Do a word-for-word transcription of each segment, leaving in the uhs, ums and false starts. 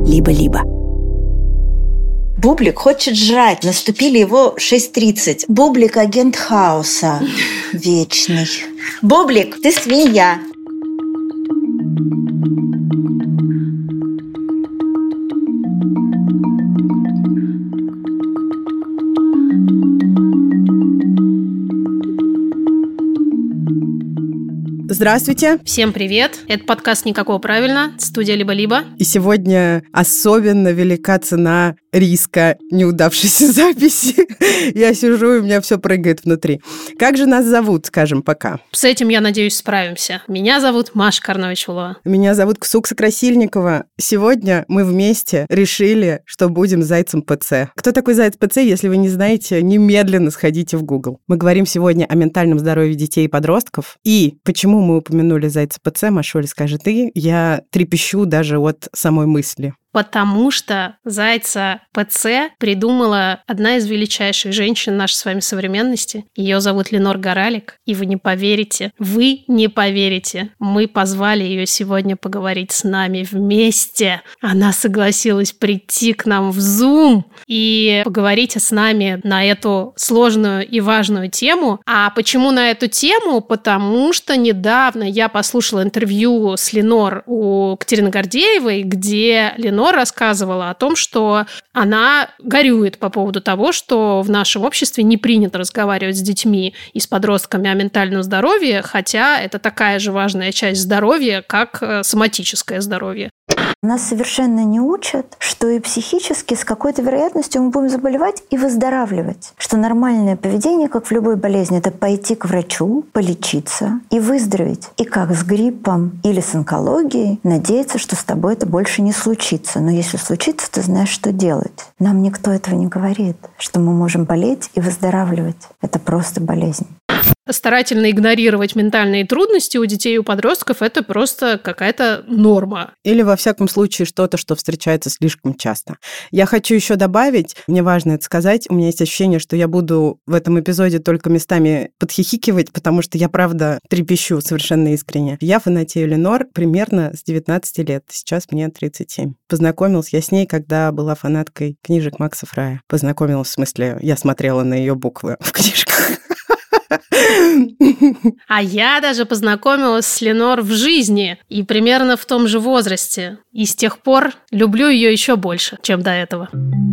либо-либо. Бублик хочет жрать. Наступили его шесть тридцать. Бублик – агент хаоса. Вечный. Бублик, ты свинья. Здравствуйте. Всем привет. Это подкаст «Никакого правильно», студия «Либо-либо». И сегодня особенно велика цена риска неудавшейся записи. Я сижу, и у меня все прыгает внутри. Как же нас зовут, скажем, пока? С этим, я надеюсь, справимся. Меня зовут Маша Карнович-Улова. Меня зовут Ксукса Красильникова. Сегодня мы вместе решили, что будем зайцем ПЦ. Кто такой заяц ПЦ, если вы не знаете, немедленно сходите в Google. Мы говорим сегодня о ментальном здоровье детей и подростков. И почему мы упомянули зайца ПЦ, Машуль, скажи ты, я трепещу даже от самой мысли. Потому что зайца ПЦ придумала одна из величайших женщин нашей с вами современности. Ее зовут Ленор Горалик. И вы не поверите, вы не поверите, мы позвали ее сегодня поговорить с нами вместе. Она согласилась прийти к нам в Zoom и поговорить с нами на эту сложную и важную тему. А почему на эту тему? Потому что недавно я послушала интервью с Ленор у Катерины Гордеевой, где Ленор рассказывала о том, что она горюет по поводу того, что в нашем обществе не принято разговаривать с детьми и с подростками о ментальном здоровье, хотя это такая же важная часть здоровья, как соматическое здоровье. Нас совершенно не учат, что и психически с какой-то вероятностью мы будем заболевать и выздоравливать. Что нормальное поведение, как в любой болезни, это пойти к врачу, полечиться и выздороветь. И как с гриппом или с онкологией, надеяться, что с тобой это больше не случится. Но если случится, ты знаешь, что делать. Нам никто этого не говорит, что мы можем болеть и выздоравливать. Это просто болезнь. Старательно игнорировать ментальные трудности у детей и у подростков – это просто какая-то норма. Или, во всяком случае, что-то, что встречается слишком часто. Я хочу еще добавить, мне важно это сказать, у меня есть ощущение, что я буду в этом эпизоде только местами подхихикивать, потому что я, правда, трепещу совершенно искренне. Я фанатею Ленор примерно с девятнадцати лет, сейчас мне тридцать семь. Познакомилась я с ней, когда была фанаткой книжек Макса Фрая. Познакомилась, в смысле, я смотрела на ее буквы в книжках. А я даже познакомилась с Ленор в жизни и примерно в том же возрасте. И с тех пор люблю ее еще больше, чем до этого.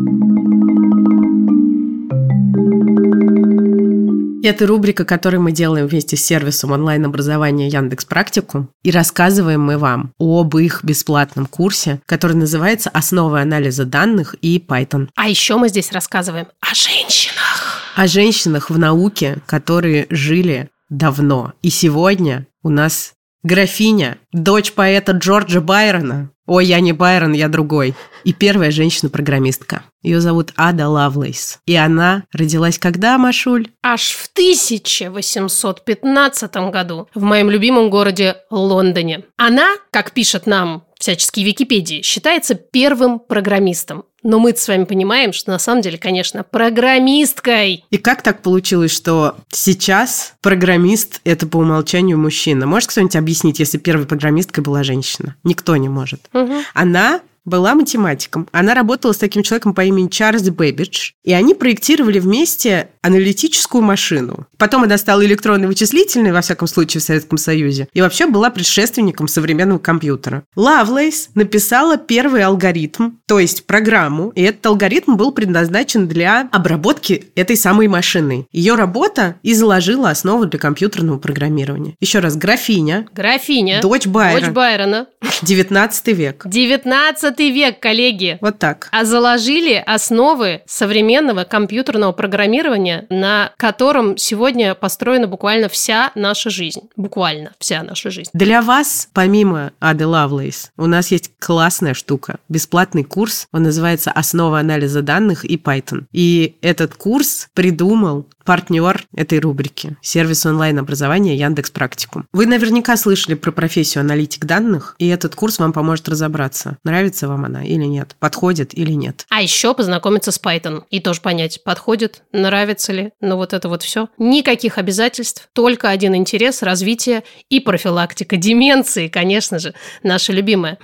Это рубрика, которую мы делаем вместе с сервисом онлайн-образования Яндекс.Практикум. И рассказываем мы вам об их бесплатном курсе, который называется «Основы анализа данных и Python». А еще мы здесь рассказываем о женщинах. О женщинах в науке, которые жили давно. И сегодня у нас графиня, дочь поэта Джорджа Байрона. Ой, я не Байрон, я другой. И первая женщина-программистка. Ее зовут Ада Лавлейс. И она родилась когда, Машуль? Аж в тысяча восемьсот пятнадцатом году в моем любимом городе Лондоне. Она, как пишет нам всяческие Википедии, считается первым программистом. Но мы с вами понимаем, что на самом деле, конечно, программисткой. И как так получилось, что сейчас программист – это по умолчанию мужчина? Можешь кто-нибудь объяснить, если первой программисткой была женщина? Никто не может. Угу. Она была математиком. Она работала с таким человеком по имени Чарльз Бэббидж, и они проектировали вместе аналитическую машину. Потом она стала электронно-вычислительной, во всяком случае, в Советском Союзе, и вообще была предшественником современного компьютера. Лавлейс написала первый алгоритм, то есть программу, и этот алгоритм был предназначен для обработки этой самой машины. Ее работа и заложила основу для компьютерного программирования. Еще раз, графиня. Графиня. Дочь Байрона. Дочь Байрона. девятнадцатый век. девятнадцатый век, коллеги. Вот так. А заложили основы современного компьютерного программирования, на котором сегодня построена буквально вся наша жизнь. Буквально вся наша жизнь. Для вас, помимо Ады Лавлейс, у нас есть классная штука. Бесплатный курс. Он называется «Основы анализа данных и Python». И этот курс придумал партнер этой рубрики, сервис онлайн-образования Яндекс.Практикум. Вы наверняка слышали про профессию аналитик данных, и этот курс вам поможет разобраться, нравится вам она или нет, подходит или нет. А еще познакомиться с Python и тоже понять, подходит, нравится ли, ну вот это вот все. Никаких обязательств, только один интерес, развитие и профилактика деменции, конечно же, наша любимая.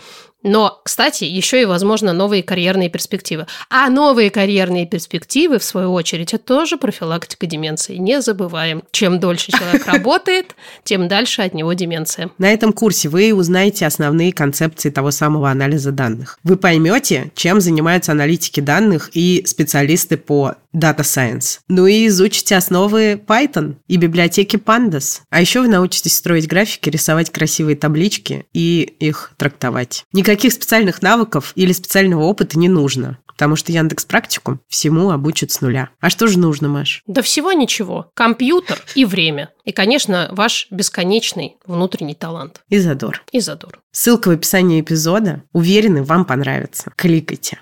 Но, кстати, еще и, возможно, новые карьерные перспективы. А новые карьерные перспективы, в свою очередь, это тоже профилактика деменции. Не забываем, чем дольше человек работает, тем дальше от него деменция. На этом курсе вы узнаете основные концепции того самого анализа данных. Вы поймете, чем занимаются аналитики данных и специалисты по Data Science. Ну и изучите основы Python и библиотеки Pandas. А еще вы научитесь строить графики, рисовать красивые таблички и их трактовать. Никаких специальных навыков или специального опыта не нужно, потому что Яндекс.Практикум всему обучит с нуля. А что же нужно, Маш? Да всего ничего. Компьютер и время. И, конечно, ваш бесконечный внутренний талант. И задор. И задор. Ссылка в описании эпизода. Уверены, вам понравится. Кликайте.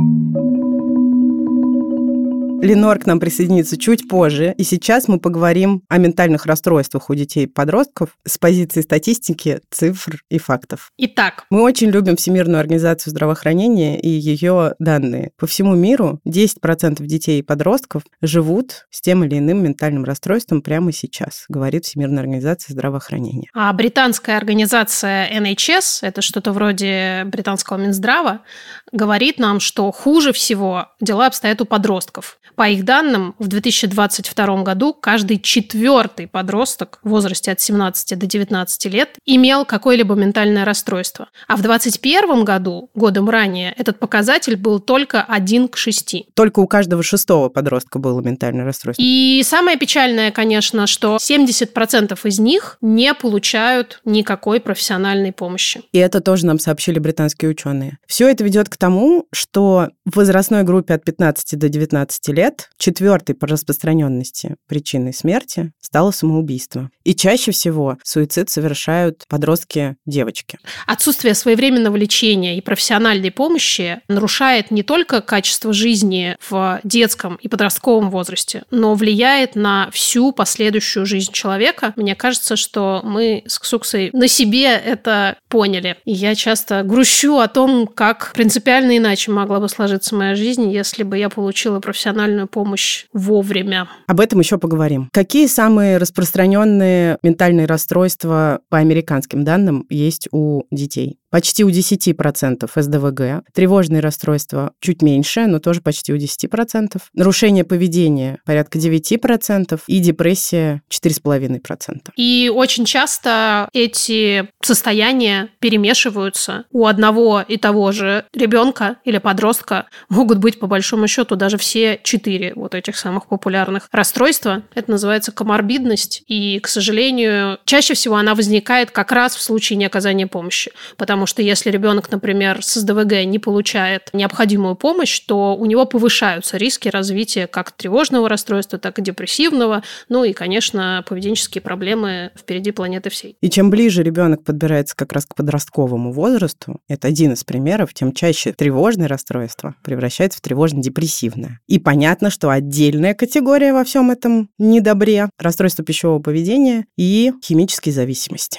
Ленор к нам присоединится чуть позже, и сейчас мы поговорим о ментальных расстройствах у детей и подростков с позиции статистики, цифр и фактов. Итак, мы очень любим Всемирную организацию здравоохранения и ее данные. По всему миру десять процентов детей и подростков живут с тем или иным ментальным расстройством прямо сейчас, говорит Всемирная организация здравоохранения. А британская организация эн эйч эс, это что-то вроде британского Минздрава, говорит нам, что хуже всего дела обстоят у подростков. По их данным, в две тысячи двадцать втором году каждый четвертый подросток в возрасте от семнадцати до девятнадцати лет имел какое-либо ментальное расстройство. А в двадцать первом году, годом ранее, этот показатель был только один к шести. Только у каждого шестого подростка было ментальное расстройство. И самое печальное, конечно, что семьдесят процентов из них не получают никакой профессиональной помощи. И это тоже нам сообщили британские ученые. Все это ведет к тому, что в возрастной группе от пятнадцати до девятнадцати лет четвертой по распространенности причиной смерти стало самоубийство. И чаще всего суицид совершают подростки-девочки. Отсутствие своевременного лечения и профессиональной помощи нарушает не только качество жизни в детском и подростковом возрасте, но влияет на всю последующую жизнь человека. Мне кажется, что мы с Ксуксой на себе это поняли. И я часто грущу о том, как принципиально иначе могла бы сложиться моя жизнь, если бы я получила профессиональную помощь вовремя. Об этом еще поговорим. Какие самые распространенные ментальные расстройства по американским данным есть у детей? Почти у десяти процентов эс дэ вэ гэ. Тревожные расстройства чуть меньше, но тоже почти у десяти процентов. Нарушение поведения порядка девяти процентов. И депрессия четыре целых пять десятых процента. И очень часто эти состояния перемешиваются. У одного и того же ребенка или подростка могут быть, по большому счету, даже все четыре вот этих самых популярных расстройства. Это называется коморбидность. И, к сожалению, чаще всего она возникает как раз в случае неоказания помощи. Потому что если ребенок, например, с эс дэ вэ гэ не получает необходимую помощь, то у него повышаются риски развития как тревожного расстройства, так и депрессивного. Ну и, конечно, поведенческие проблемы впереди планеты всей. И чем ближе ребенок подбирается как раз к подростковому возрасту, это один из примеров, тем чаще тревожное расстройство превращается в тревожно-депрессивное. И понятно, что отдельная категория во всем этом недобре – расстройство пищевого поведения и химические зависимости.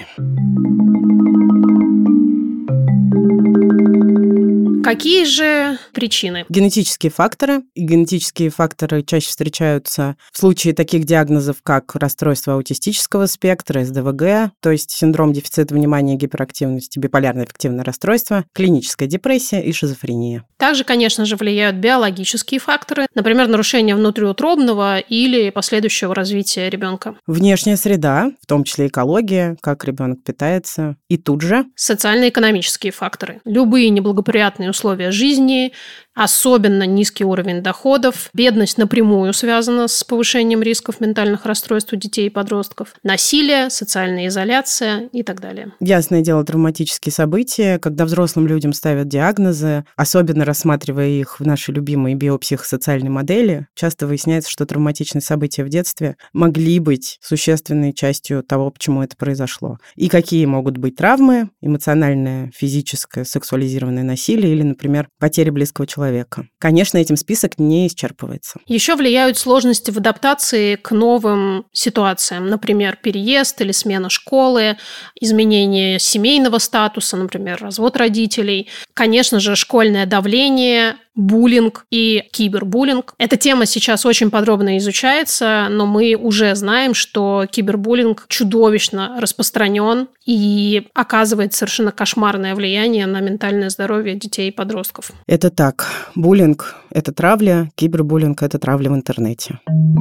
Какие же причины? Генетические факторы. И генетические факторы чаще встречаются в случае таких диагнозов, как расстройство аутистического спектра, эс дэ вэ гэ, то есть синдром дефицита внимания и гиперактивности, биполярное аффективное расстройство, клиническая депрессия и шизофрения. Также, конечно же, влияют биологические факторы, например, нарушение внутриутробного или последующего развития ребенка. Внешняя среда, в том числе экология, как ребенок питается. И тут же социально-экономические факторы. Любые неблагоприятные условия жизни, особенно низкий уровень доходов, бедность напрямую связана с повышением рисков ментальных расстройств у детей и подростков, насилие, социальная изоляция и так далее. Ясное дело, травматические события, когда взрослым людям ставят диагнозы, особенно рассматривая их в нашей любимой биопсихосоциальной модели, часто выясняется, что травматичные события в детстве могли быть существенной частью того, почему это произошло. И какие могут быть травмы: эмоциональное, физическое, сексуализированное насилие или, например, потеря близкого человека. Конечно, этим список не исчерпывается. Еще влияют сложности в адаптации к новым ситуациям, например, переезд или смена школы, изменение семейного статуса, например, развод родителей. Конечно же, школьное давление, буллинг и кибербуллинг. Эта тема сейчас очень подробно изучается, но мы уже знаем, что кибербуллинг чудовищно распространен и оказывает совершенно кошмарное влияние на ментальное здоровье детей и подростков. Это так. Буллинг – это травля, кибербуллинг – это травля в интернете.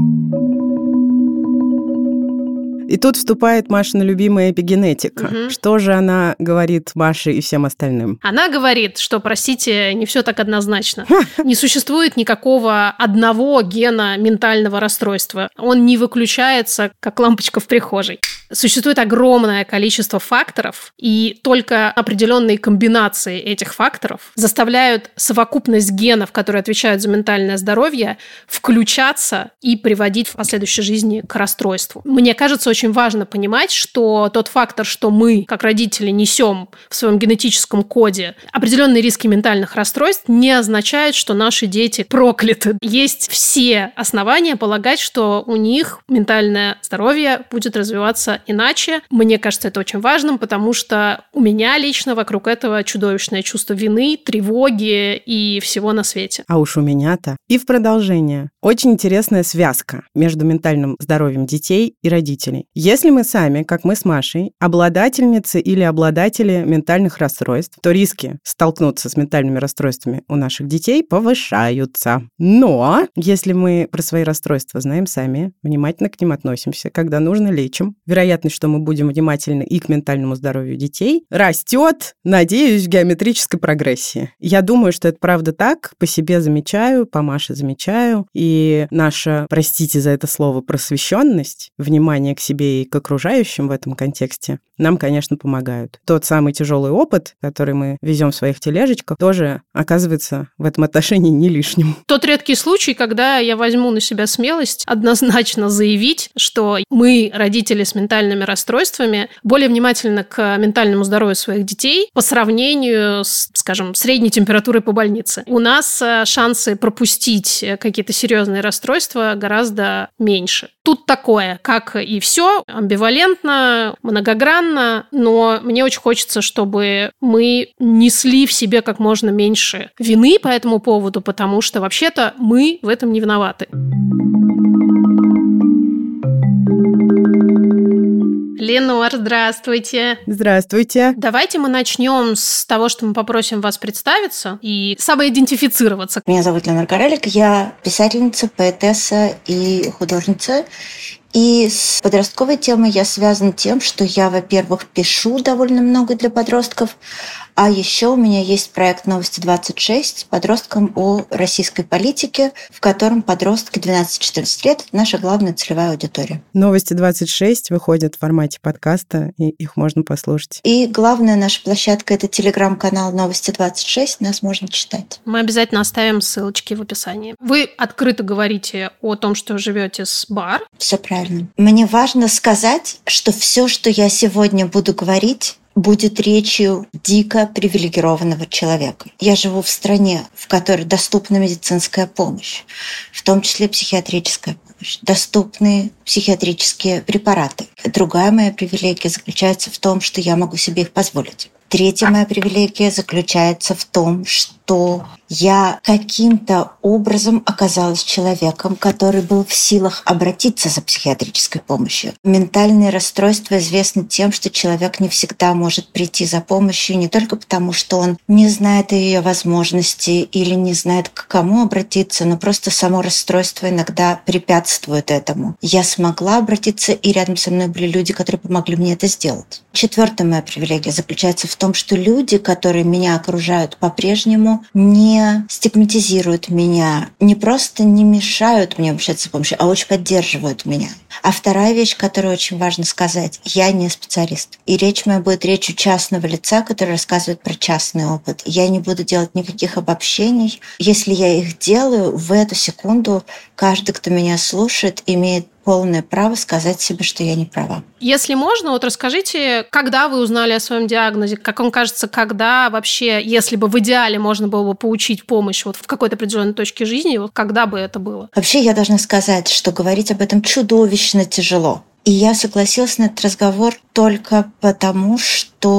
И тут вступает Машина любимая эпигенетика. Угу. Что же она говорит Маше и всем остальным? Она говорит, что, простите, не все так однозначно. Не существует никакого одного гена ментального расстройства. Он не выключается, как лампочка в прихожей. Существует огромное количество факторов, и только определенные комбинации этих факторов заставляют совокупность генов, которые отвечают за ментальное здоровье, включаться и приводить в последующей жизни к расстройству. Мне кажется, очень важно понимать, что тот фактор, что мы, как родители, несем в своем генетическом коде определенные риски ментальных расстройств, не означает, что наши дети прокляты. Есть все основания полагать, что у них ментальное здоровье будет развиваться иначе. Мне кажется, это очень важным, потому что у меня лично вокруг этого чудовищное чувство вины, тревоги и всего на свете. А уж у меня-то. И в продолжение. Очень интересная связка между ментальным здоровьем детей и родителей. Если мы сами, как мы с Машей, обладательницы или обладатели ментальных расстройств, то риски столкнуться с ментальными расстройствами у наших детей повышаются. Но если мы про свои расстройства знаем сами, внимательно к ним относимся, когда нужно, лечим, вероятность, что мы будем внимательны и к ментальному здоровью детей, растет, надеюсь, в геометрической прогрессии. Я думаю, что это правда так, по себе замечаю, по Маше замечаю, и наша, простите за это слово, просвещенность, внимание к себе и к окружающим в этом контексте нам, конечно, помогают. Тот самый тяжелый опыт, который мы везем в своих тележечках, тоже оказывается в этом отношении не лишним. Тот редкий случай, когда я возьму на себя смелость однозначно заявить, что мы, родители с ментальными расстройствами, более внимательны к ментальному здоровью своих детей по сравнению с, скажем, средней температурой по больнице. У нас шансы пропустить какие-то серьезные расстройства гораздо меньше. Тут такое, как и все, амбивалентно, многогранно, но мне очень хочется, чтобы мы несли в себе как можно меньше вины по этому поводу, потому что вообще-то мы в этом не виноваты. Ленор, здравствуйте. Здравствуйте. Давайте мы начнем с того, что мы попросим вас представиться и самоидентифицироваться. Меня зовут Ленор Горалик, я писательница, поэтесса и художница. И с подростковой темой я связана тем, что я, во-первых, пишу довольно много для подростков, а еще у меня есть проект «Новости двадцать шесть» с подростком о российской политике, в котором подростки двенадцать-четырнадцать лет – это наша главная целевая аудитория. «Новости двадцать шесть» выходят в формате подкаста, и их можно послушать. И главная наша площадка – это телеграм-канал «Новости двадцать шесть», нас можно читать. Мы обязательно оставим ссылочки в описании. Вы открыто говорите о том, что живете с бар. Все правильно. Мне важно сказать, что все, что я сегодня буду говорить, будет речью дико привилегированного человека. Я живу в стране, в которой доступна медицинская помощь, в том числе психиатрическая помощь, доступны психиатрические препараты. Другая моя привилегия заключается в том, что я могу себе их позволить. Третья моя привилегия заключается в том, что я каким-то образом оказалась человеком, который был в силах обратиться за психиатрической помощью. Ментальные расстройства известны тем, что человек не всегда может прийти за помощью не только потому, что он не знает ее возможности или не знает, к кому обратиться, но просто само расстройство иногда препятствует этому. Я смогла обратиться, и рядом со мной были люди, которые помогли мне это сделать. Четвертая моя привилегия заключается в том, что люди, которые меня окружают по-прежнему, не стигматизируют меня, не просто не мешают мне обращаться за помощью, а очень поддерживают меня. А вторая вещь, которую очень важно сказать, я не специалист. И речь моя будет речью частного лица, который рассказывает про частный опыт. Я не буду делать никаких обобщений. Если я их делаю, в эту секунду каждый, кто меня слушает, имеет полное право сказать себе, что я не права. Если можно, вот расскажите, когда вы узнали о своем диагнозе, как вам кажется, когда вообще, если бы в идеале можно было бы получить помощь вот в какой-то определенной точке жизни, вот когда бы это было? Вообще, я должна сказать, что говорить об этом чудовищно тяжело. И я согласилась на этот разговор только потому, что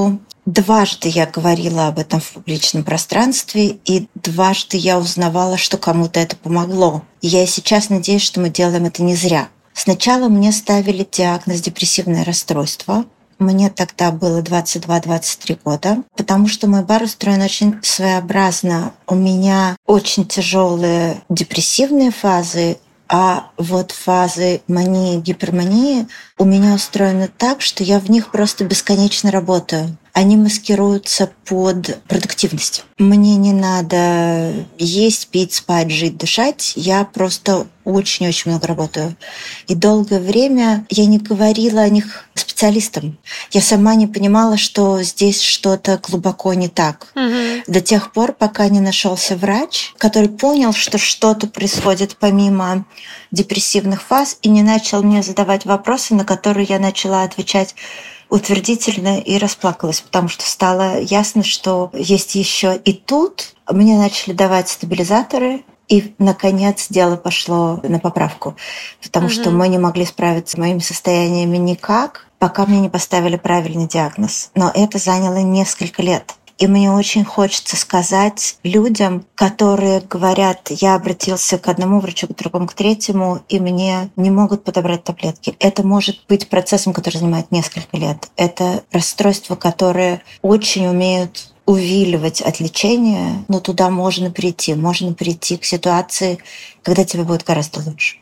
Дважды я говорила об этом в публичном пространстве, и дважды я узнавала, что кому-то это помогло. И я и сейчас надеюсь, что мы делаем это не зря. Сначала мне ставили диагноз депрессивное расстройство. Мне тогда было двадцать два - двадцать три года, потому что мой бар устроен очень своеобразно. У меня очень тяжелые депрессивные фазы, а вот фазы мании, гипермании у меня устроены так, что я в них просто бесконечно работаю. Они маскируются под продуктивность. Мне не надо есть, пить, спать, жить, дышать. Я просто очень-очень много работаю. И долгое время я не говорила о них специалистам. Я сама не понимала, что здесь что-то глубоко не так. Угу. До тех пор, пока не нашелся врач, который понял, что что-то происходит помимо депрессивных фаз, и не начал мне задавать вопросы, на которые я начала отвечать утвердительно и расплакалась, потому что стало ясно, что есть еще. И тут мне начали давать стабилизаторы, и, наконец, дело пошло на поправку, потому угу. что мы не могли справиться с моими состояниями никак, пока мне не поставили правильный диагноз. Но это заняло несколько лет. И мне очень хочется сказать людям, которые говорят, я обратился к одному врачу, к другому, к третьему, и мне не могут подобрать таблетки. Это может быть процессом, который занимает несколько лет. Это расстройства, которые очень умеют увиливать от лечения, но туда можно прийти. Можно прийти к ситуации, когда тебе будет гораздо лучше.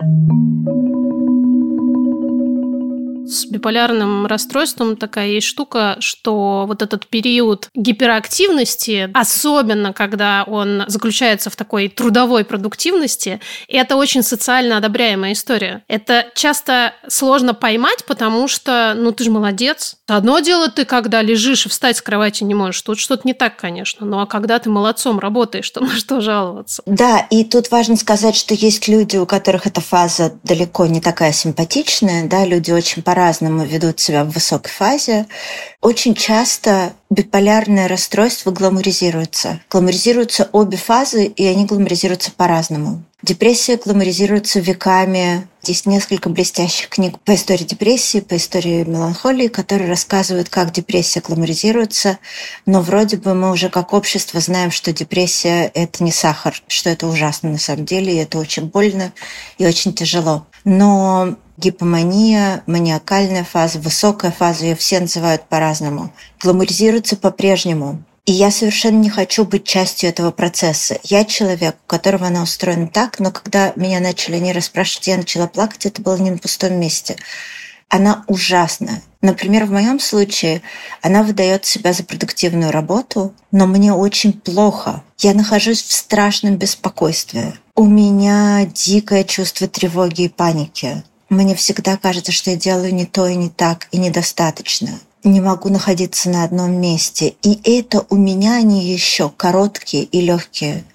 С биполярным расстройством такая есть штука, что вот этот период гиперактивности, особенно когда он заключается в такой трудовой продуктивности, это очень социально одобряемая история. Это часто сложно поймать, потому что, ну, ты же молодец. Одно дело ты, когда лежишь и встать с кровати не можешь. Тут что-то не так, конечно. Ну, а когда ты молодцом работаешь, то на что жаловаться? Да, и тут важно сказать, что есть люди, у которых эта фаза далеко не такая симпатичная, да, люди очень по-разному ведут себя в высокой фазе. Очень часто биполярное расстройство гламуризируется. Гламуризируются обе фазы, и они гламуризируются по-разному. Депрессия гламуризируется веками. Есть несколько блестящих книг по истории депрессии, по истории меланхолии, которые рассказывают, как депрессия гламуризируется. Но вроде бы мы уже как общество знаем, что депрессия — это не сахар, что это ужасно на самом деле, и это очень больно и очень тяжело. Но гипомания, маниакальная фаза, высокая фаза, ее все называют по-разному, гламуризируется по-прежнему. И я совершенно не хочу быть частью этого процесса. Я человек, у которого она устроена так, но когда меня начали не расспрашивать, я начала плакать, это было не на пустом месте. Она ужасна. Например, в моем случае она выдает себя за продуктивную работу, но мне очень плохо. Я нахожусь в страшном беспокойстве. У меня дикое чувство тревоги и паники. Мне всегда кажется, что я делаю не то и не так, и недостаточно. Не могу находиться на одном месте. И это у меня они еще короткие и легкие.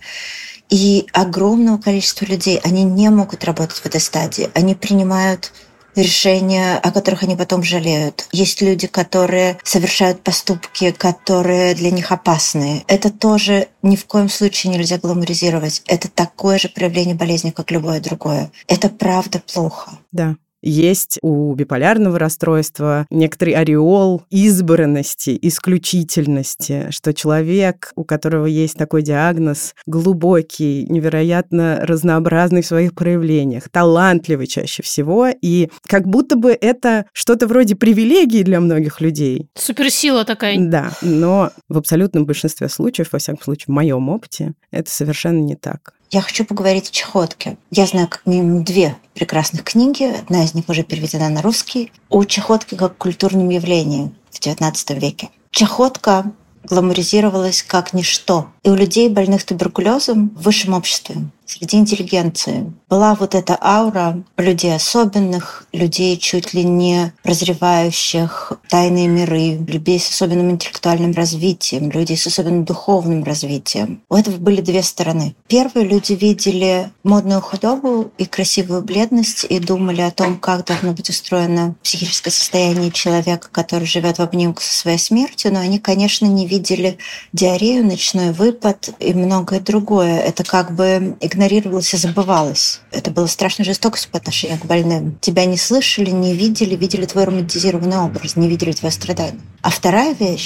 И огромного количества людей, они не могут работать в этой стадии. Они принимают решения, о которых они потом жалеют. Есть люди, которые совершают поступки, которые для них опасны. Это тоже ни в коем случае нельзя гламуризировать. Это такое же проявление болезни, как любое другое. Это правда плохо. Да. Есть у биполярного расстройства некоторый ореол избранности, исключительности, что человек, у которого есть такой диагноз, глубокий, невероятно разнообразный в своих проявлениях, талантливый чаще всего, и как будто бы это что-то вроде привилегии для многих людей. Суперсила такая. Да, но в абсолютном большинстве случаев, во всяком случае, в моем опыте, это совершенно не так. Я хочу поговорить о чахотке. Я знаю как минимум две прекрасных книги, одна из них уже переведена на русский, о чахотке как культурном явлении в девятнадцатом веке. Чахотка гламуризировалась как ничто. И у людей, больных туберкулезом, в высшем обществе, среди интеллигенции, была вот эта аура людей особенных, людей чуть ли не прозревающих тайные миры, людей с особенным интеллектуальным развитием, людей с особенным духовным развитием. У этого были две стороны. Первые люди видели модную худобу и красивую бледность и думали о том, как должно быть устроено психическое состояние человека, который живет в обнимку со своей смертью, но они, конечно, не видели диарею, ночной выпад и многое другое. Это как бы игнорировалось и забывалось. Это было страшной жестокостью по отношению к больным. Тебя не слышали, не видели, видели твой романтизированный образ, не видели твое страдание. А вторая вещь,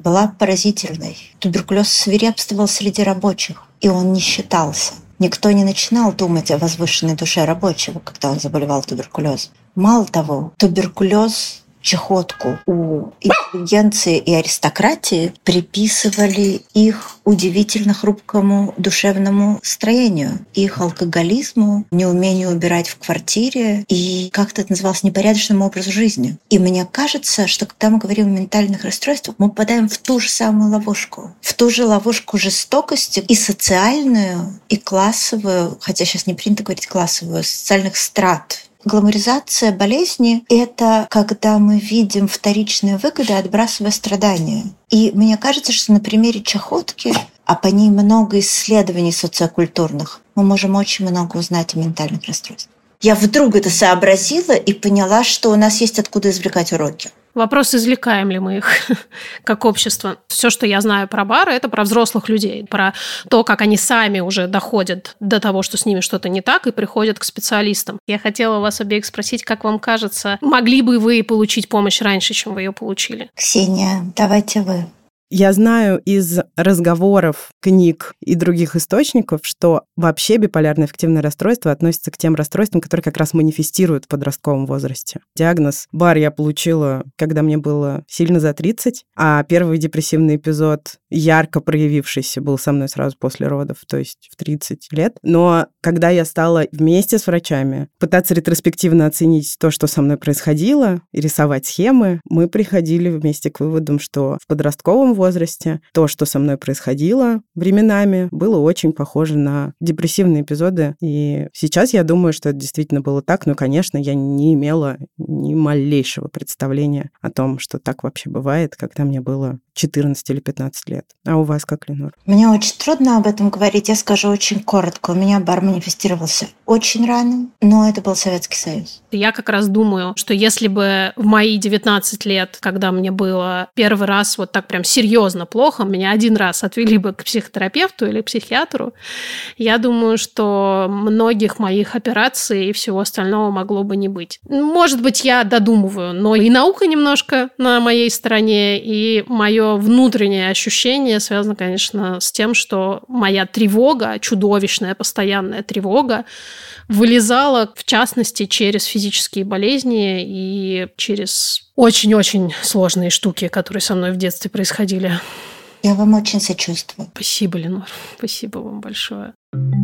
была поразительной. Туберкулез свирепствовал среди рабочих, и он не считался. Никто не начинал думать о возвышенной душе рабочего, когда он заболевал туберкулезом. Мало того, туберкулез, чахотку у интеллигенции и аристократии приписывали их удивительно хрупкому душевному строению, их алкоголизму, неумению убирать в квартире и, как-то это называлось, непорядочному образу жизни. И мне кажется, что когда мы говорим о ментальных расстройствах, мы попадаем в ту же самую ловушку. В ту же ловушку жестокости и социальную, и классовую, хотя сейчас не принято говорить классовую, социальных страт. Гламуризация болезни — это когда мы видим вторичные выгоды, отбрасывая страдания. И мне кажется, что на примере чахотки, а по ней много исследований социокультурных, мы можем очень много узнать о ментальных расстройствах. Я вдруг это сообразила и поняла, что у нас есть откуда извлекать уроки. Вопрос, извлекаем ли мы их как общество. Все, что я знаю про бары, это про взрослых людей, про то, как они сами уже доходят до того, что с ними что-то не так, и приходят к специалистам. Я хотела вас обеих спросить, как вам кажется, могли бы вы получить помощь раньше, чем вы ее получили? Ксения, давайте вы. Я знаю из разговоров, книг и других источников, что вообще биполярное аффективное расстройство относится к тем расстройствам, которые как раз манифестируют в подростковом возрасте. Диагноз бар я получила, когда мне было сильно за тридцать, а первый депрессивный эпизод, ярко проявившийся, был со мной сразу после родов, то есть в тридцать лет. Но когда я стала вместе с врачами пытаться ретроспективно оценить то, что со мной происходило, и рисовать схемы, мы приходили вместе к выводам, что в подростковом возрасте то, что со мной происходило временами, было очень похоже на депрессивные эпизоды. И сейчас я думаю, что это действительно было так, но, конечно, я не имела ни малейшего представления о том, что так вообще бывает, когда мне было четырнадцать или пятнадцать лет. А у вас как, Ленор? Мне очень трудно об этом говорить. Я скажу очень коротко. У меня бар манифестировался очень рано, но это был Советский Союз. Я как раз думаю, что если бы в мои девятнадцать лет, когда мне было первый раз вот так прям серьезно плохо, меня один раз отвели бы к психотерапевту или психиатру, я думаю, что многих моих операций и всего остального могло бы не быть. Может быть, я додумываю, но и наука немножко на моей стороне, и мое внутреннее ощущение связано, конечно, с тем, что моя тревога, чудовищная постоянная тревога, вылезала, в частности, через физические болезни и через очень-очень сложные штуки, которые со мной в детстве происходили. Я вам очень сочувствую. Спасибо, Ленор. Спасибо вам большое.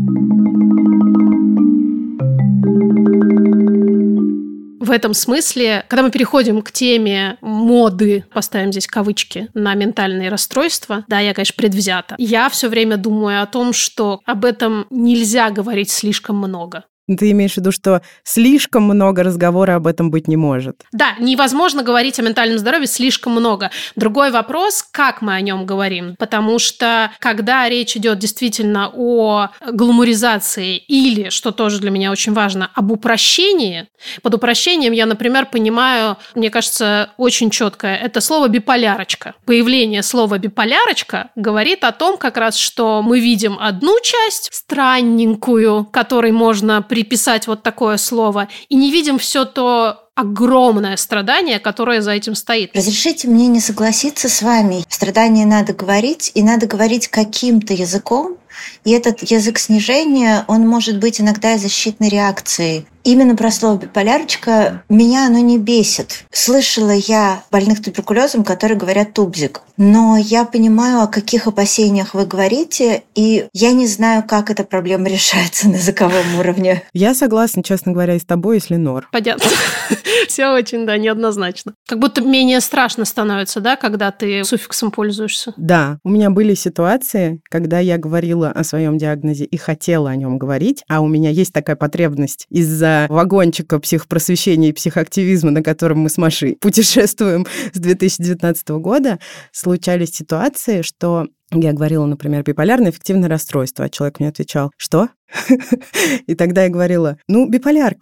В этом смысле, когда мы переходим к теме моды, поставим здесь кавычки, на ментальные расстройства, да, я, конечно, предвзята, я все время думаю о том, что об этом нельзя говорить слишком много. Ты имеешь в виду, что слишком много разговора об этом быть не может? Да, невозможно говорить о ментальном здоровье слишком много. Другой вопрос, как мы о нем говорим. Потому что, когда речь идет действительно о гламуризации или, что тоже для меня очень важно, об упрощении, под упрощением я, например, понимаю, мне кажется, очень четко, это слово «биполярочка». Появление слова «биполярочка» говорит о том как раз, что мы видим одну часть, странненькую, которой можно приписать вот такое слово, и не видим все то огромное страдание, которое за этим стоит. Разрешите мне не согласиться с вами. Страдания надо говорить, и надо говорить каким-то языком, и этот язык снижения, он может быть иногда и защитной реакцией. Именно про слово «биполярочка» меня оно не бесит. Слышала я больных туберкулезом, которые говорят «тубзик». Но я понимаю, о каких опасениях вы говорите, и я не знаю, как эта проблема решается на языковом уровне. Я согласна, честно говоря, и с тобой, и с Ленор. Понятно. Все очень, да, неоднозначно. Как будто менее страшно становится, да, когда ты суффиксом пользуешься. Да, у меня были ситуации, когда я говорила о своем диагнозе и хотела о нем говорить, а у меня есть такая потребность из-за вагончика психопросвещения и психоактивизма, на котором мы с Машей путешествуем с две тысячи девятнадцатого года, случались ситуации, что я говорила, например, биполярное аффективное расстройство, а человек мне отвечал: «Что?» И тогда я говорила: «Ну, биполярка».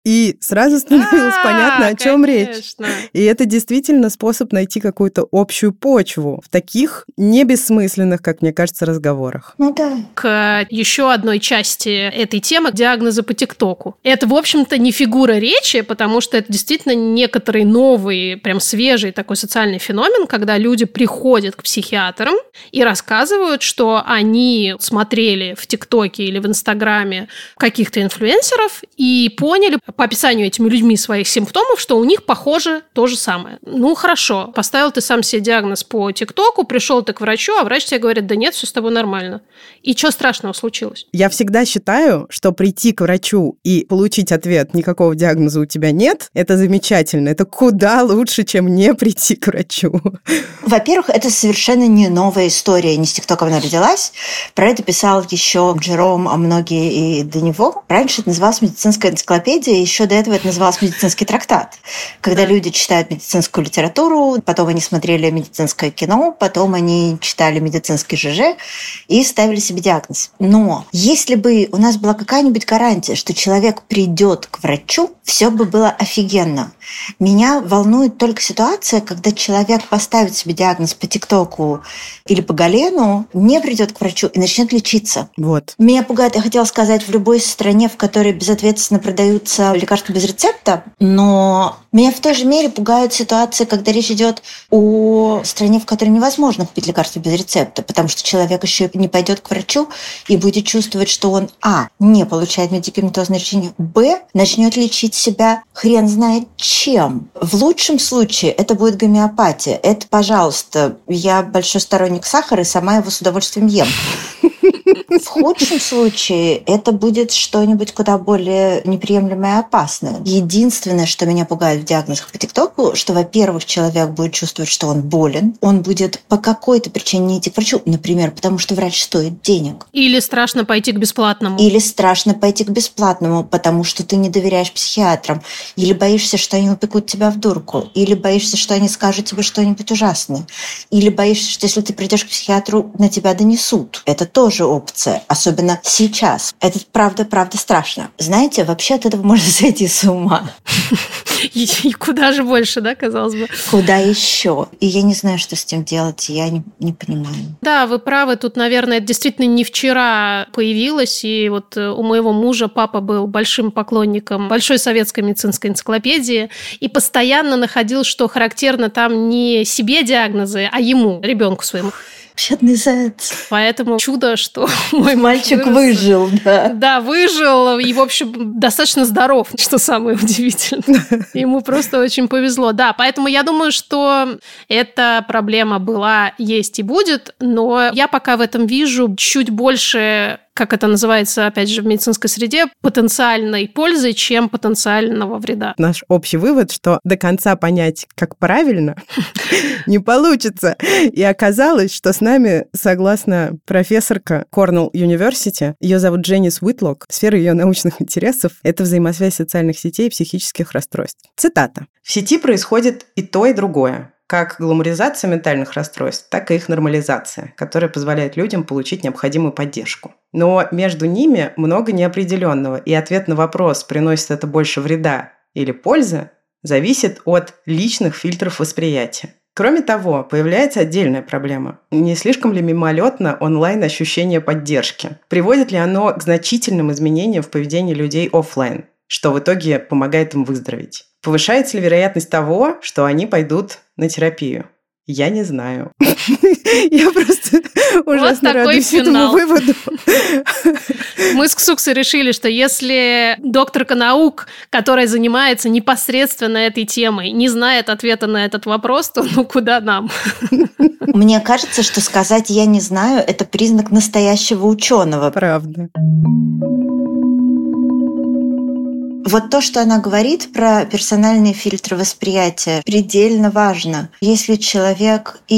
и сразу становилось А, понятно, о чем речь. конечно. И это действительно способ найти какую-то общую почву в таких не бессмысленных, как мне кажется, разговорах. Ну да. К еще одной части этой темы — диагнозы по ТикТоку. Это, в общем-то, не фигура речи, потому что это действительно некоторый новый, прям свежий такой социальный феномен, когда люди приходят к психиатрам и рассказывают, что они смотрели в ТикТоке или в Инстаграме каких-то инфлюенсеров и поняли по описанию этими людьми своих симптомов, что у них, похоже, то же самое. Ну, хорошо, поставил ты сам себе диагноз по ТикТоку, пришел ты к врачу, а врач тебе говорит: да нет, все с тобой нормально. И что страшного случилось? Я всегда считаю, что прийти к врачу и получить ответ «никакого диагноза у тебя нет» — это замечательно. Это куда лучше, чем не прийти к врачу. Во-первых, это совершенно не новая история, не с ТикТока она родилась. Про это писал еще Джером, а многие и до него. Раньше это называлось медицинская энциклопедия, еще до этого это называлось медицинский трактат. Когда люди читают медицинскую литературу, потом они смотрели медицинское кино, потом они читали медицинский ЖЖ и ставили себе диагноз. Но если бы у нас была какая-нибудь гарантия, что человек придет к врачу, все бы было офигенно. Меня волнует только ситуация, когда человек поставит себе диагноз по ТикТоку или по Галену, не придет к врачу и начнет лечиться. Вот. Меня пугает, я хотела сказать, в любой стране, в которой безответственно продаются лекарства без рецепта, но меня в той же мере пугают ситуации, когда речь идет о стране, в которой невозможно купить лекарства без рецепта, потому что человек еще не пойдет к врачу и будет чувствовать, что он, а, не получает медикаментозное лечение, б, начнет лечить себя хрен знает чем. В лучшем случае это будет гомеопатия. Это, пожалуйста, я большой сторонник сахара и сама его с удовольствием ем. В худшем случае это будет что-нибудь куда более неприемлемое и опасное. Единственное, что меня пугает в диагнозах по ТикТоку, что, во-первых, человек будет чувствовать, что он болен, он будет по какой-то причине не идти к врачу, например, потому что врач стоит денег. Или страшно пойти к бесплатному. Или страшно пойти к бесплатному, потому что ты не доверяешь психиатрам. Или боишься, что они упекут тебя в дурку. Или боишься, что они скажут тебе что-нибудь ужасное. Или боишься, что если ты придешь к психиатру, на тебя донесут. Это тоже опция, особенно сейчас. Это правда-правда страшно. Знаете, вообще от этого можно сойти с ума. И, и куда же больше, да, казалось бы? Куда еще? И я не знаю, что с этим делать, я не, не понимаю. Да, вы правы, тут, наверное, это действительно не вчера появилось, и вот у моего мужа папа был большим поклонником большой советской медицинской энциклопедии и постоянно находил, что характерно там не себе диагнозы, а ему, ребенку своему. Бедный заяц. Поэтому чудо, что мой мальчик вырос. выжил, да. Да, выжил, и, в общем, достаточно здоров, что самое удивительное. Ему просто очень повезло. Да, поэтому я думаю, что эта проблема была, есть и будет, но я пока в этом вижу чуть больше, как это называется, опять же, в медицинской среде, потенциальной пользы, чем потенциального вреда. Наш общий вывод, что до конца понять, как правильно, не получится. И оказалось, что с нами, согласно профессорка Корнелл Юниверсити, ее зовут Дженнис Уитлок, сфера ее научных интересов – это взаимосвязь социальных сетей и психических расстройств. Цитата. «В сети происходит и то, и другое. Как гламуризация ментальных расстройств, так и их нормализация, которая позволяет людям получить необходимую поддержку. Но между ними много неопределенного, и ответ на вопрос, приносит это больше вреда или пользы, зависит от личных фильтров восприятия. Кроме того, появляется отдельная проблема. Не слишком ли мимолетно онлайн ощущение поддержки? Приводит ли оно к значительным изменениям в поведении людей офлайн, что в итоге помогает им выздороветь? Повышается ли вероятность того, что они пойдут на терапию? Я не знаю. Я просто ужасно радуюсь этому выводу. Мы с Ксуксой решили, что если докторка наук, которая занимается непосредственно этой темой, не знает ответа на этот вопрос, то ну куда нам? Мне кажется, что сказать «я не знаю» – это признак настоящего ученого. Правда. Вот то, что она говорит про персональные фильтры восприятия, предельно важно. Если человек ищет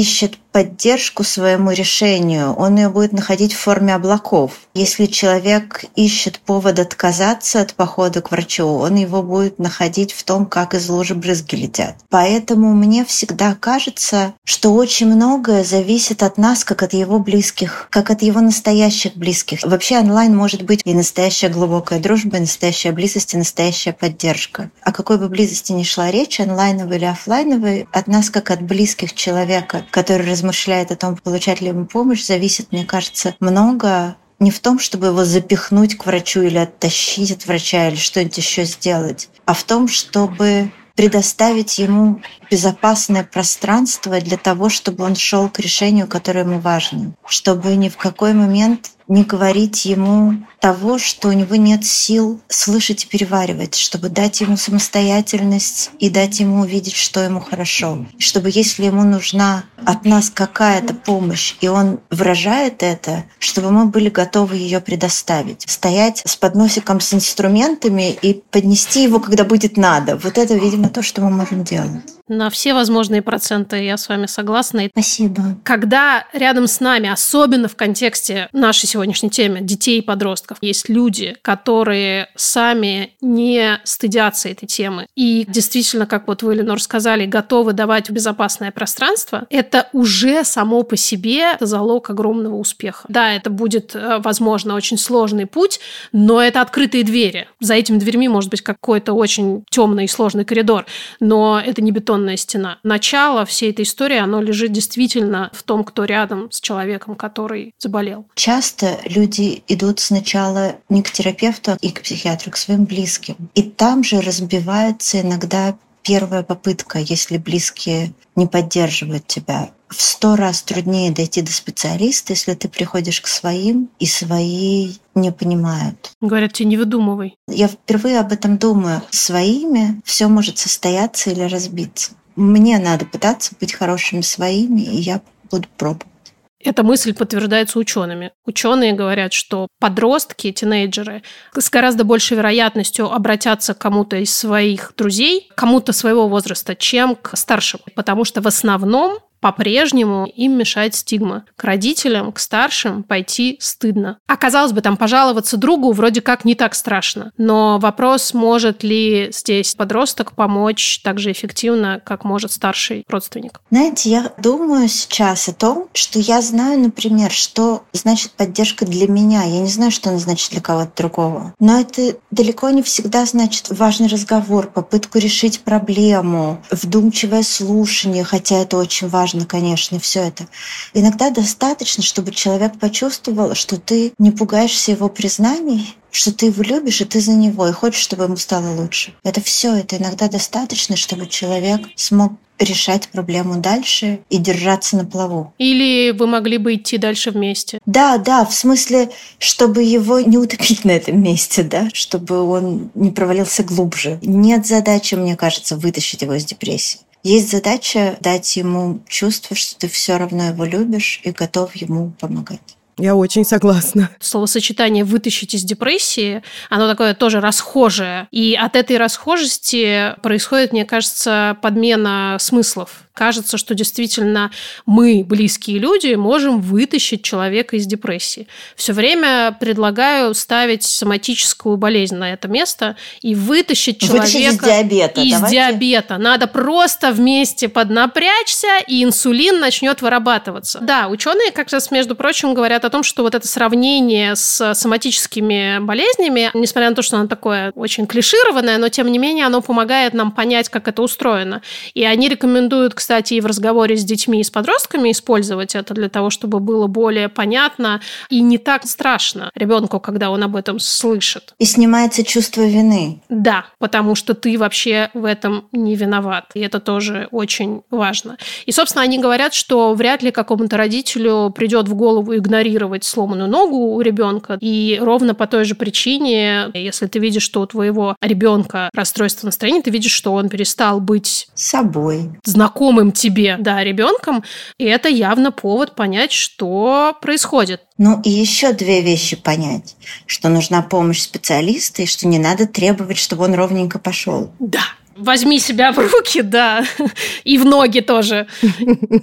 поддержку своему решению, он ее будет находить в форме облаков. Если человек ищет повод отказаться от похода к врачу, он его будет находить в том, как из лужи брызги летят. Поэтому мне всегда кажется, что очень многое зависит от нас, как от его близких, как от его настоящих близких. Вообще онлайн может быть и настоящая глубокая дружба, и настоящая близость, и настоящая поддержка. О какой бы близости ни шла речь, онлайновой или офлайновой, от нас, как от близких человека, который размышляет о том, получать ли ему помощь, зависит, мне кажется, много. Не в том, чтобы его запихнуть к врачу или оттащить от врача или что-нибудь еще сделать, а в том, чтобы предоставить ему безопасное пространство для того, чтобы он шел к решению, которое ему важно, чтобы ни в какой момент не говорить ему того, что у него нет сил слышать и переваривать, чтобы дать ему самостоятельность и дать ему увидеть, что ему хорошо. И чтобы, если ему нужна от нас какая-то помощь, и он выражает это, чтобы мы были готовы ее предоставить. Стоять с подносиком с инструментами и поднести его, когда будет надо. Вот это, видимо, то, что мы можем делать. На все возможные проценты я с вами согласна. Спасибо. Когда рядом с нами, особенно в контексте нашей сегодняшней темы, детей и подростков, есть люди, которые сами не стыдятся этой темы и действительно, как вот вы, Ленор, сказали, готовы давать безопасное пространство, это уже само по себе залог огромного успеха. Да, это будет, возможно, очень сложный путь, но это открытые двери. За этими дверьми может быть какой-то очень темный и сложный коридор, но это не бетонная стена. Начало всей этой истории, оно лежит действительно в том, кто рядом с человеком, который заболел. Часто люди идут сначала не к терапевту, и к психиатру, к своим близким. И там же разбивается иногда первая попытка, если близкие не поддерживают тебя. В сто раз труднее дойти до специалиста, если ты приходишь к своим, и свои не понимают. Говорят тебе, не выдумывай. Я впервые об этом думаю. Своими все может состояться или разбиться. Мне надо пытаться быть хорошими своими, и я буду пробовать. Эта мысль подтверждается учеными. Ученые говорят, что подростки, тинейджеры с гораздо большей вероятностью обратятся к кому-то из своих друзей, кому-то своего возраста, чем к старшим. Потому что в основном по-прежнему им мешает стигма. К родителям, к старшим пойти стыдно. А казалось бы, там пожаловаться другу вроде как не так страшно. Но вопрос, может ли здесь подросток помочь так же эффективно, как может старший родственник. Знаете, я думаю сейчас о том, что я знаю, например, что значит поддержка для меня. Я не знаю, что она значит для кого-то другого. Но это далеко не всегда значит важный разговор, попытку решить проблему, вдумчивое слушание, хотя это очень важно. Конечно, все это. Иногда достаточно, чтобы человек почувствовал, что ты не пугаешься его признаний, что ты его любишь, и ты за него, и хочешь, чтобы ему стало лучше. Это все, это иногда достаточно, чтобы человек смог решать проблему дальше и держаться на плаву. Или вы могли бы идти дальше вместе. Да, да, в смысле, чтобы его не утопить на этом месте, да, чтобы он не провалился глубже. Нет задачи, мне кажется, вытащить его из депрессии. Есть задача дать ему чувство, что ты все равно его любишь и готов ему помогать. Я очень согласна. Словосочетание «вытащить из депрессии», оно такое тоже расхожее. И от этой расхожести происходит, мне кажется, подмена смыслов. Кажется, что действительно мы, близкие люди, можем вытащить человека из депрессии. Все время предлагаю ставить соматическую болезнь на это место и вытащить человека вытащить из диабета. Из Давайте. диабета. Надо просто вместе поднапрячься, и инсулин начнет вырабатываться. Да, ученые как раз, между прочим, говорят о том, что вот это сравнение с соматическими болезнями, несмотря на то, что оно такое очень клишированное, но тем не менее оно помогает нам понять, как это устроено. И они рекомендуют, кстати, и в разговоре с детьми и с подростками использовать это для того, чтобы было более понятно и не так страшно ребенку, когда он об этом слышит. И снимается чувство вины. Да, потому что ты вообще в этом не виноват. И это тоже очень важно. И, собственно, они говорят, что вряд ли какому-то родителю придет в голову игнорировать сломанную ногу у ребенка. И ровно по той же причине, если ты видишь, что у твоего ребенка расстройство настроения, ты видишь, что он перестал быть собой, знакомым тебе, да, ребенком, и это явно повод понять, что происходит. Ну и еще две вещи понять, что нужна помощь специалиста и что не надо требовать, чтобы он ровненько пошел. Да. Возьми себя в руки, да, и в ноги тоже.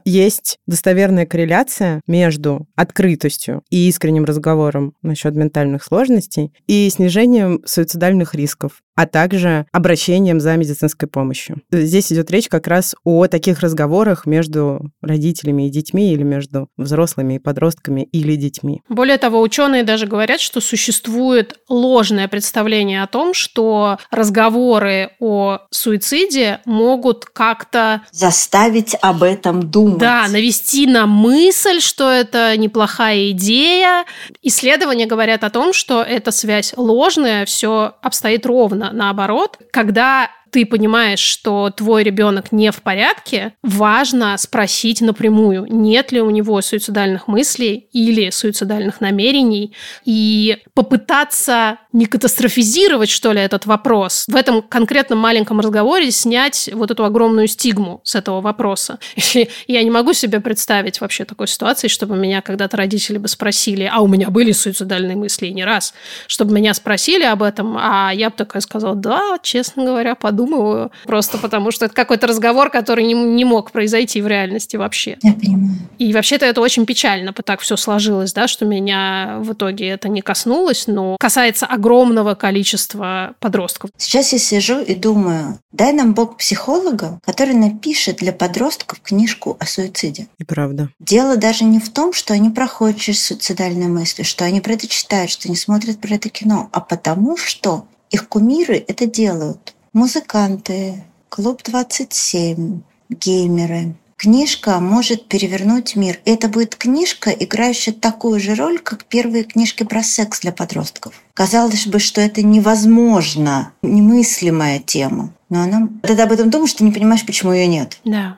есть достоверная корреляция между открытостью и искренним разговором насчет ментальных сложностей и снижением суицидальных рисков, а также обращением за медицинской помощью. Здесь идет речь как раз о таких разговорах между родителями и детьми или между взрослыми и подростками или детьми. Более того, ученые даже говорят, что существует ложное представление о том, что разговоры о суициде могут как-то заставить об этом думать. Да, навести на мысль, что это неплохая идея. Исследования говорят о том, что эта связь ложная, все обстоит ровно. Наоборот, когда ты понимаешь, что твой ребенок не в порядке, важно спросить напрямую, нет ли у него суицидальных мыслей или суицидальных намерений, и попытаться не катастрофизировать, что ли, этот вопрос. В этом конкретном маленьком разговоре снять вот эту огромную стигму с этого вопроса. И я не могу себе представить вообще такой ситуации, чтобы меня когда-то родители бы спросили, а у меня были суицидальные мысли, и не раз, чтобы меня спросили об этом, а я бы такая сказала, да, честно говоря, подумала, Думаю, просто потому что это какой-то разговор, который не, не мог произойти в реальности вообще. Я понимаю. И вообще-то это очень печально, так все сложилось, да, что меня в итоге это не коснулось, но касается огромного количества подростков. Сейчас я сижу и думаю, дай нам Бог психолога, который напишет для подростков книжку о суициде. И правда. Дело даже не в том, что они проходят через суицидальные мысли, что они про это читают, что они смотрят про это кино, а потому что их кумиры это делают. Музыканты, Клуб двадцать семь, геймеры. Книжка может перевернуть мир. И это будет книжка, играющая такую же роль, как первые книжки про секс для подростков. Казалось бы, что это невозможно, немыслимая тема. Но она... Ты об этом думаешь, ты не понимаешь, почему ее нет. Да.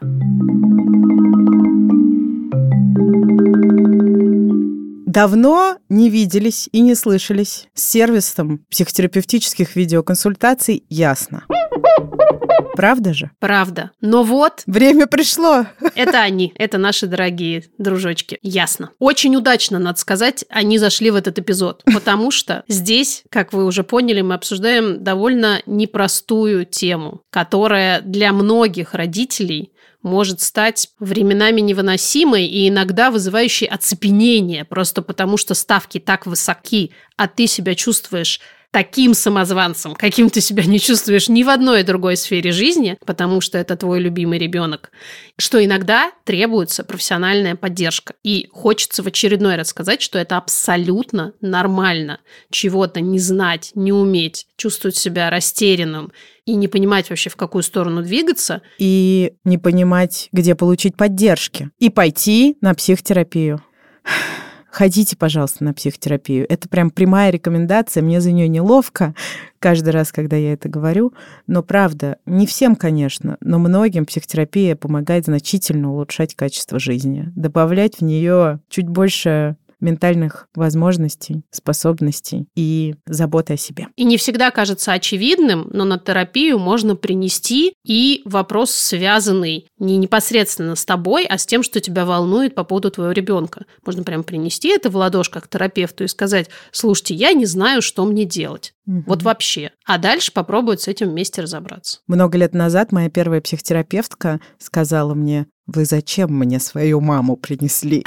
Давно не виделись и не слышались. С сервисом психотерапевтических видеоконсультаций ясно. Правда же? Правда. Но вот... Время пришло. Это они. Это наши дорогие дружочки. Ясно. Очень удачно, надо сказать, они зашли в этот эпизод. Потому что здесь, как вы уже поняли, мы обсуждаем довольно непростую тему, которая для многих родителей может стать временами невыносимой и иногда вызывающей оцепенение, просто потому что ставки так высоки, а ты себя чувствуешь таким самозванцем, каким ты себя не чувствуешь ни в одной другой сфере жизни, потому что это твой любимый ребенок, что иногда требуется профессиональная поддержка. И хочется в очередной раз сказать, что это абсолютно нормально чего-то не знать, не уметь, чувствовать себя растерянным и не понимать вообще, в какую сторону двигаться. И не понимать, где получить поддержки. И пойти на психотерапию. Ходите, пожалуйста, на психотерапию. Это прям прямая рекомендация. Мне за нее неловко каждый раз, когда я это говорю. Но правда, не всем, конечно, но многим психотерапия помогает значительно улучшать качество жизни, добавлять в нее чуть больше ментальных возможностей, способностей и заботы о себе. И не всегда кажется очевидным, но на терапию можно принести и вопрос, связанный не непосредственно с тобой, а с тем, что тебя волнует по поводу твоего ребенка. Можно прям принести это в ладошках к терапевту и сказать: слушайте, я не знаю, что мне делать. Угу. Вот вообще. А дальше попробовать с этим вместе разобраться. Много лет назад моя первая психотерапевтка сказала мне: вы зачем мне свою маму принесли?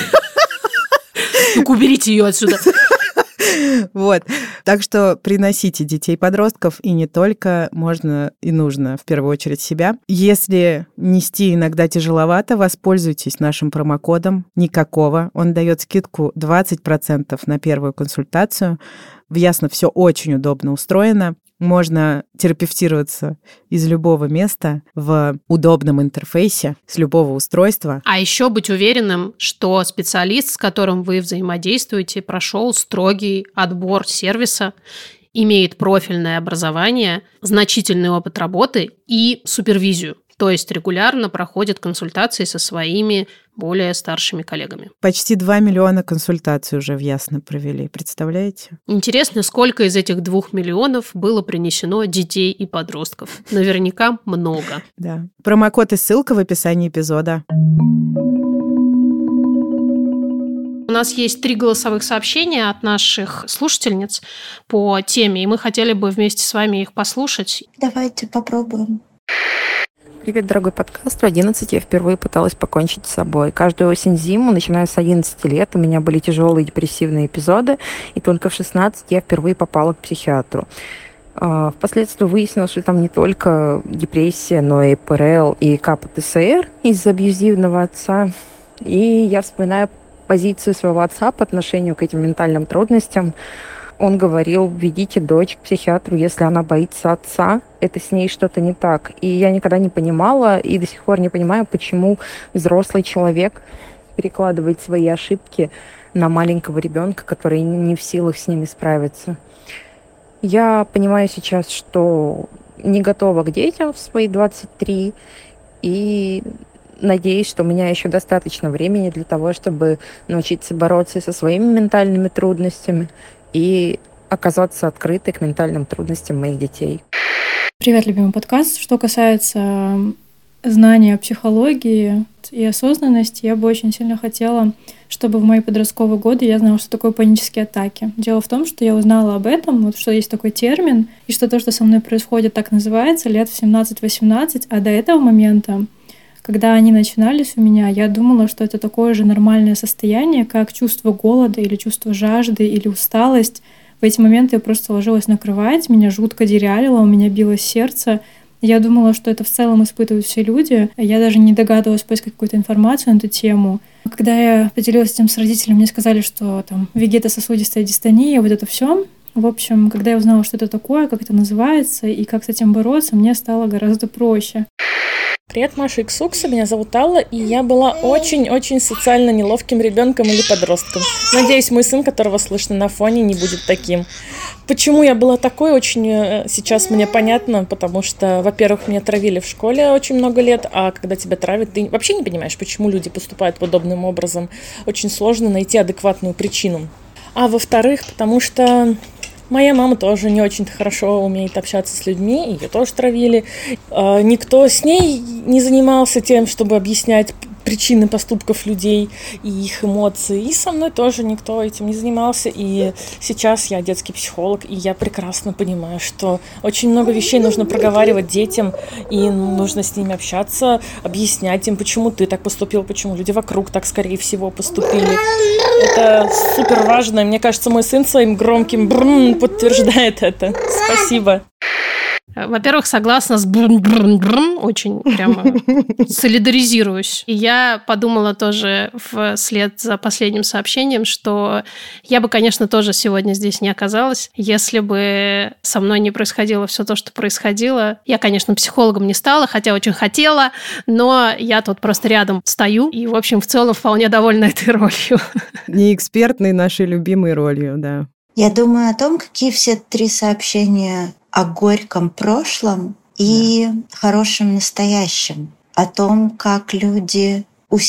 Так уберите ее отсюда. Вот. Так что приносите детей-подростков, и не только, можно и нужно в первую очередь себя. Если нести иногда тяжеловато, воспользуйтесь нашим промокодом «Никакого». Он дает скидку двадцать процентов на первую консультацию. В Ясно все очень удобно устроено. Можно терапевтироваться из любого места в удобном интерфейсе, с любого устройства. А еще быть уверенным, что специалист, с которым вы взаимодействуете, прошел строгий отбор сервиса, имеет профильное образование, значительный опыт работы и супервизию. То есть регулярно проходит консультации со своими более старшими коллегами. Почти два миллиона консультаций уже в Ясно провели, представляете? Интересно, сколько из этих двух миллионов было принесено детей и подростков? Наверняка много. Да. Промокод и ссылка в описании эпизода. У нас есть три голосовых сообщения от наших слушательниц по теме, и мы хотели бы вместе с вами их послушать. Давайте попробуем. Привет, дорогой подкаст. В одиннадцать я впервые пыталась покончить с собой. Каждую осень-зиму, начиная с одиннадцати лет, у меня были тяжелые депрессивные эпизоды, и только в шестнадцать я впервые попала к психиатру. Впоследствии выяснилось, что там не только депрессия, но и ПРЛ, и КПТСР из-за абьюзивного отца. И я вспоминаю позицию своего отца по отношению к этим ментальным трудностям. Он говорил: ведите дочь к психиатру, если она боится отца, это с ней что-то не так. И я никогда не понимала, и до сих пор не понимаю, почему взрослый человек перекладывает свои ошибки на маленького ребенка, который не в силах с ними справиться. Я понимаю сейчас, что не готова к детям в свои двадцать три, и надеюсь, что у меня еще достаточно времени для того, чтобы научиться бороться со своими ментальными трудностями и оказаться открытой к ментальным трудностям моих детей. Привет, любимый подкаст. Что касается знания психологии и осознанности, я бы очень сильно хотела, чтобы в мои подростковые годы я знала, что такое панические атаки. Дело в том, что я узнала об этом, вот, что есть такой термин, и что то, что со мной происходит, так называется, лет в семнадцать-восемнадцать, а до этого момента, когда они начинались у меня, я думала, что это такое же нормальное состояние, как чувство голода или чувство жажды или усталость. В эти моменты я просто ложилась на кровать, меня жутко дерялило, у меня билось сердце. Я думала, что это в целом испытывают все люди. Я даже не догадывалась поискать какую-то информацию на эту тему. Когда я поделилась этим с родителями, мне сказали, что там вегетососудистая дистония, вот это все. В общем, когда я узнала, что это такое, как это называется и как с этим бороться, мне стало гораздо проще. Привет, Маша Иксукса, меня зовут Алла, и я была очень-очень социально неловким ребенком или подростком. Надеюсь, мой сын, которого слышно на фоне, не будет таким. Почему я была такой, очень сейчас мне понятно, потому что, во-первых, меня травили в школе очень много лет, а когда тебя травят, ты вообще не понимаешь, почему люди поступают подобным образом. Очень сложно найти адекватную причину. А во-вторых, потому что моя мама тоже не очень хорошо умеет общаться с людьми, ее тоже травили. Никто с ней не занимался тем, чтобы объяснять причины поступков людей и их эмоций. И со мной тоже никто этим не занимался. И сейчас я детский психолог, и я прекрасно понимаю, что очень много вещей нужно проговаривать детям, и нужно с ними общаться, объяснять им, почему ты так поступил, почему люди вокруг так, скорее всего, поступили. Это супер важно. Мне кажется, мой сын своим громким бррм подтверждает это. Спасибо. Во-первых, согласна с брм-брм-брм, очень прямо солидаризируюсь. И я подумала тоже вслед за последним сообщением, что я бы, конечно, тоже сегодня здесь не оказалась, если бы со мной не происходило все то, что происходило. Я, конечно, психологом не стала, хотя очень хотела, но я тут просто рядом стою и, в общем, в целом вполне довольна этой ролью. Не экспертной нашей любимой ролью, да. Я думаю о том, какие все три сообщения о горьком прошлом и да. хорошем настоящем, о том, как люди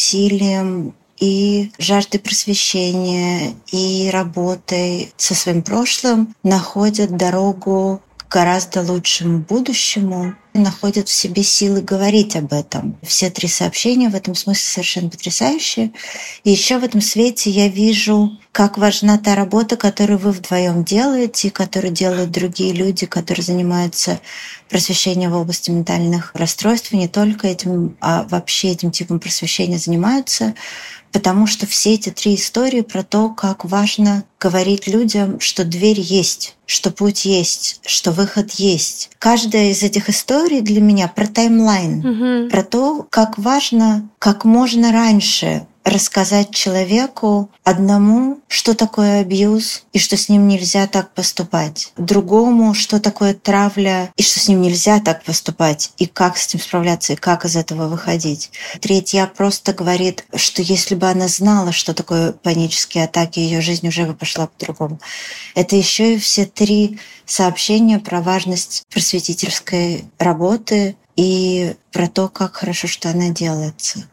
усилием и жаждой просвещения, и работой со своим прошлым находят дорогу к гораздо лучшему будущему, находят в себе силы говорить об этом. Все три сообщения в этом смысле совершенно потрясающие. И еще в этом свете я вижу, как важна та работа, которую вы вдвоем делаете, которую делают другие люди, которые занимаются просвещением в области ментальных расстройств. И не только этим, а вообще этим типом просвещения занимаются. Потому что все эти три истории про то, как важно говорить людям, что дверь есть, что путь есть, что выход есть. Каждая из этих историй для меня про таймлайн, mm-hmm. про то, как важно как можно раньше рассказать человеку одному, что такое абьюз и что с ним нельзя так поступать, другому, что такое травля и что с ним нельзя так поступать, и как с этим справляться, и как из этого выходить. Третья просто говорит, что если бы она знала, что такое панические атаки, ее жизнь уже бы пошла по-другому. Это еще и все три сообщения про важность просветительской работы и про то, как хорошо, что она делается.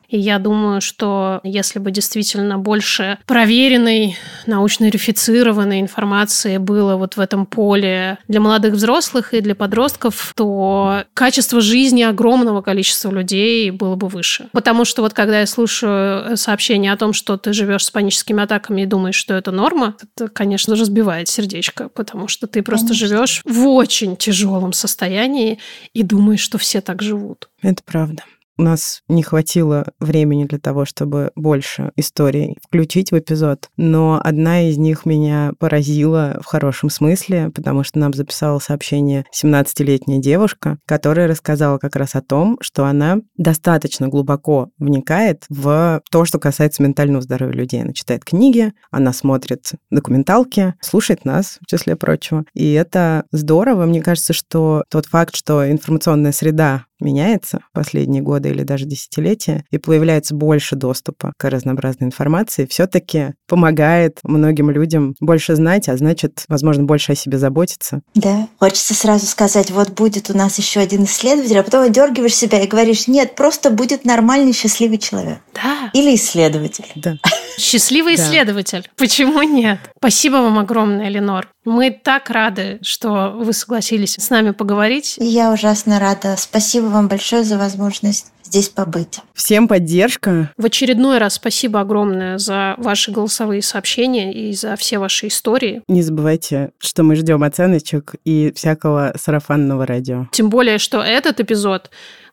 И я думаю, что если бы действительно больше проверенной, научно верифицированной информации было вот в этом поле для молодых взрослых и для подростков, то качество жизни огромного количества людей было бы выше. Потому что вот когда я слушаю сообщения о том, что ты живешь с паническими атаками и думаешь, что это норма, это, конечно, разбивает сердечко, потому что ты просто конечно. живешь в очень тяжелом состоянии и думаешь, что все так живут. Это правда. У нас не хватило времени для того, чтобы больше историй включить в эпизод, но одна из них меня поразила в хорошем смысле, потому что нам записала сообщение семнадцатилетняя девушка, которая рассказала как раз о том, что она достаточно глубоко вникает в то, что касается ментального здоровья людей. Она читает книги, она смотрит документалки, слушает нас, в числе прочего. И это здорово. Мне кажется, что тот факт, что информационная среда меняется в последние годы или даже десятилетия, и появляется больше доступа к разнообразной информации, все-таки помогает многим людям больше знать, а значит, возможно, больше о себе заботиться. Да, хочется сразу сказать, вот будет у нас еще один исследователь, а потом одергиваешь себя и говоришь, нет, просто будет нормальный, счастливый человек. Да. Или исследователь. Да. Счастливый исследователь. Почему нет? Спасибо вам огромное, Ленор. Мы так рады, что вы согласились с нами поговорить. Я ужасно рада. Спасибо вам большое за возможность здесь побыть. Всем поддержка. В очередной раз спасибо огромное за ваши голосовые сообщения и за все ваши истории. Не забывайте, что мы ждем оценочек и всякого сарафанного радио. Тем более, что этот эпизод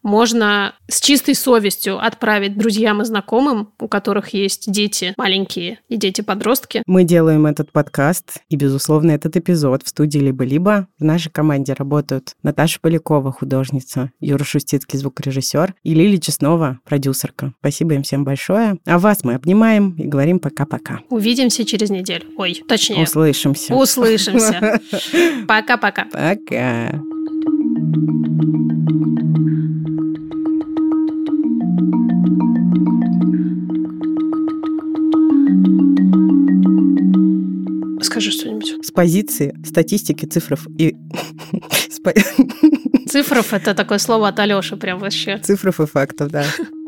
можно с чистой совестью отправить друзьям и знакомым, у которых есть дети маленькие и дети-подростки. Мы делаем этот подкаст и, безусловно, этот эпизод в студии «Либо-либо». В нашей команде работают Наташа Полякова, художница, Юра Шустицкий, звукорежиссер, и Лилия Чеснова, продюсерка. Спасибо им всем большое. А вас мы обнимаем и говорим пока-пока. Увидимся через неделю. Ой, точнее. Услышимся. Услышимся. Пока-пока. Пока. Скажи что-нибудь. С позиции статистики, цифров и... Цифров — это такое слово от Алёши прям вообще. Цифров и фактов, да.